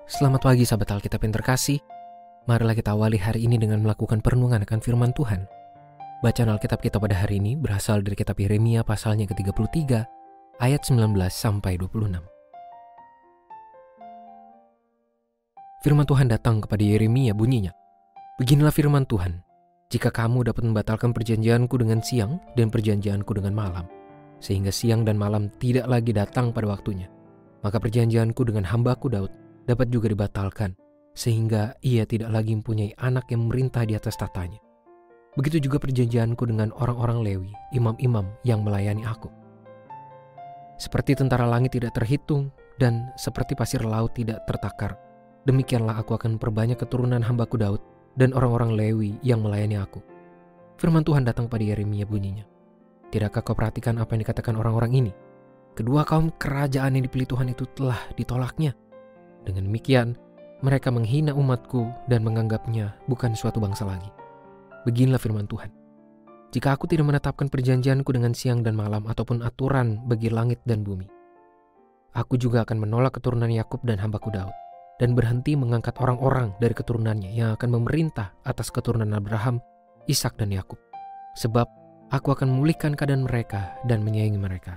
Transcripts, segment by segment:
Selamat pagi sahabat Alkitab yang terkasih. Marilah kita awali hari ini dengan melakukan perenungan akan firman Tuhan. Bacaan Alkitab kita pada hari ini berasal dari kitab Yeremia pasalnya ke-33 ayat 19 sampai 26. Firman Tuhan datang kepada Yeremia bunyinya, "Beginilah firman Tuhan, jika kamu dapat membatalkan perjanjianku dengan siang dan perjanjianku dengan malam, sehingga siang dan malam tidak lagi datang pada waktunya, maka perjanjianku dengan hambaku Daud dapat juga dibatalkan, sehingga ia tidak lagi mempunyai anak yang memerintah di atas tatanya. Begitu juga perjanjianku dengan orang-orang Lewi, imam-imam yang melayani aku. Seperti tentara langit tidak terhitung, dan seperti pasir laut tidak tertakar, demikianlah aku akan memperbanyak keturunan hambaku Daud dan orang-orang Lewi yang melayani aku." Firman Tuhan datang pada Yeremia bunyinya, "Tidakkah kau perhatikan apa yang dikatakan orang-orang ini? Kedua kaum kerajaan yang dipilih Tuhan itu telah ditolaknya. Dengan demikian, mereka menghina umatku dan menganggapnya bukan suatu bangsa lagi. Beginilah firman Tuhan. Jika aku tidak menetapkan perjanjianku dengan siang dan malam ataupun aturan bagi langit dan bumi, aku juga akan menolak keturunan Yakub dan hambaku Daud dan berhenti mengangkat orang-orang dari keturunannya yang akan memerintah atas keturunan Abraham, Ishak dan Yakub. Sebab aku akan memulihkan keadaan mereka dan menyayangi mereka."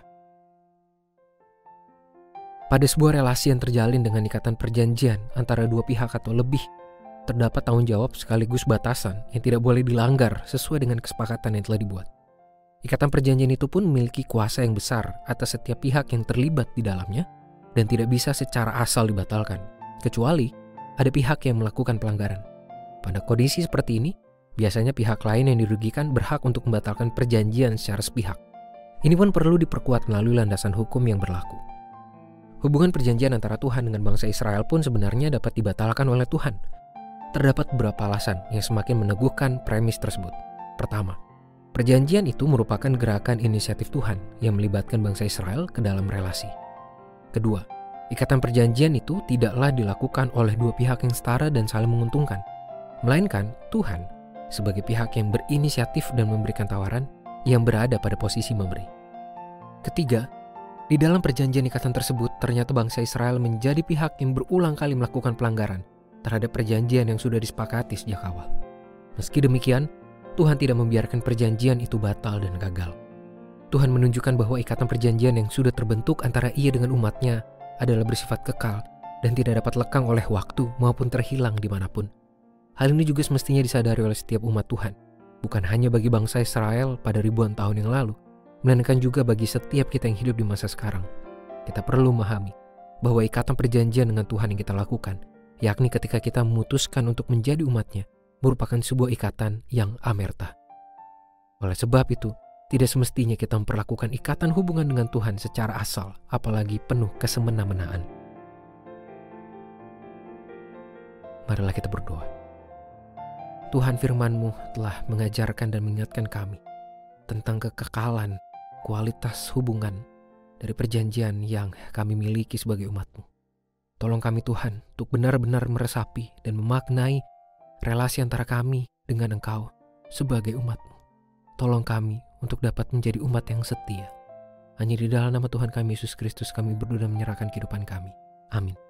Pada sebuah relasi yang terjalin dengan ikatan perjanjian antara dua pihak atau lebih, terdapat tanggung jawab sekaligus batasan yang tidak boleh dilanggar sesuai dengan kesepakatan yang telah dibuat. Ikatan perjanjian itu pun memiliki kuasa yang besar atas setiap pihak yang terlibat di dalamnya dan tidak bisa secara asal dibatalkan, kecuali ada pihak yang melakukan pelanggaran. Pada kondisi seperti ini, biasanya pihak lain yang dirugikan berhak untuk membatalkan perjanjian secara sepihak. Ini pun perlu diperkuat melalui landasan hukum yang berlaku. Hubungan perjanjian antara Tuhan dengan bangsa Israel pun sebenarnya dapat dibatalkan oleh Tuhan. Terdapat beberapa alasan yang semakin meneguhkan premis tersebut. Pertama, perjanjian itu merupakan gerakan inisiatif Tuhan yang melibatkan bangsa Israel ke dalam relasi. Kedua, ikatan perjanjian itu tidaklah dilakukan oleh dua pihak yang setara dan saling menguntungkan, melainkan Tuhan sebagai pihak yang berinisiatif dan memberikan tawaran yang berada pada posisi memberi. Ketiga, di dalam perjanjian ikatan tersebut, ternyata bangsa Israel menjadi pihak yang berulang kali melakukan pelanggaran terhadap perjanjian yang sudah disepakati sejak awal. Meski demikian, Tuhan tidak membiarkan perjanjian itu batal dan gagal. Tuhan menunjukkan bahwa ikatan perjanjian yang sudah terbentuk antara Ia dengan umatnya adalah bersifat kekal dan tidak dapat lekang oleh waktu maupun terhilang dimanapun. Hal ini juga semestinya disadari oleh setiap umat Tuhan, bukan hanya bagi bangsa Israel pada ribuan tahun yang lalu, melainkan juga bagi setiap kita yang hidup di masa sekarang. Kita perlu memahami bahwa ikatan perjanjian dengan Tuhan yang kita lakukan, yakni ketika kita memutuskan untuk menjadi umatnya, merupakan sebuah ikatan yang amerta. Oleh sebab itu, tidak semestinya kita memperlakukan ikatan hubungan dengan Tuhan secara asal, apalagi penuh kesemena-menaan. Marilah kita berdoa. Tuhan, firman-Mu telah mengajarkan dan mengingatkan kami tentang kekekalan kualitas hubungan dari perjanjian yang kami miliki sebagai umat-Mu. Tolong kami Tuhan untuk benar-benar meresapi dan memaknai relasi antara kami dengan Engkau sebagai umat-Mu. Tolong kami untuk dapat menjadi umat yang setia. Hanya di dalam nama Tuhan kami Yesus Kristus kami berdoa dan menyerahkan kehidupan kami. Amin.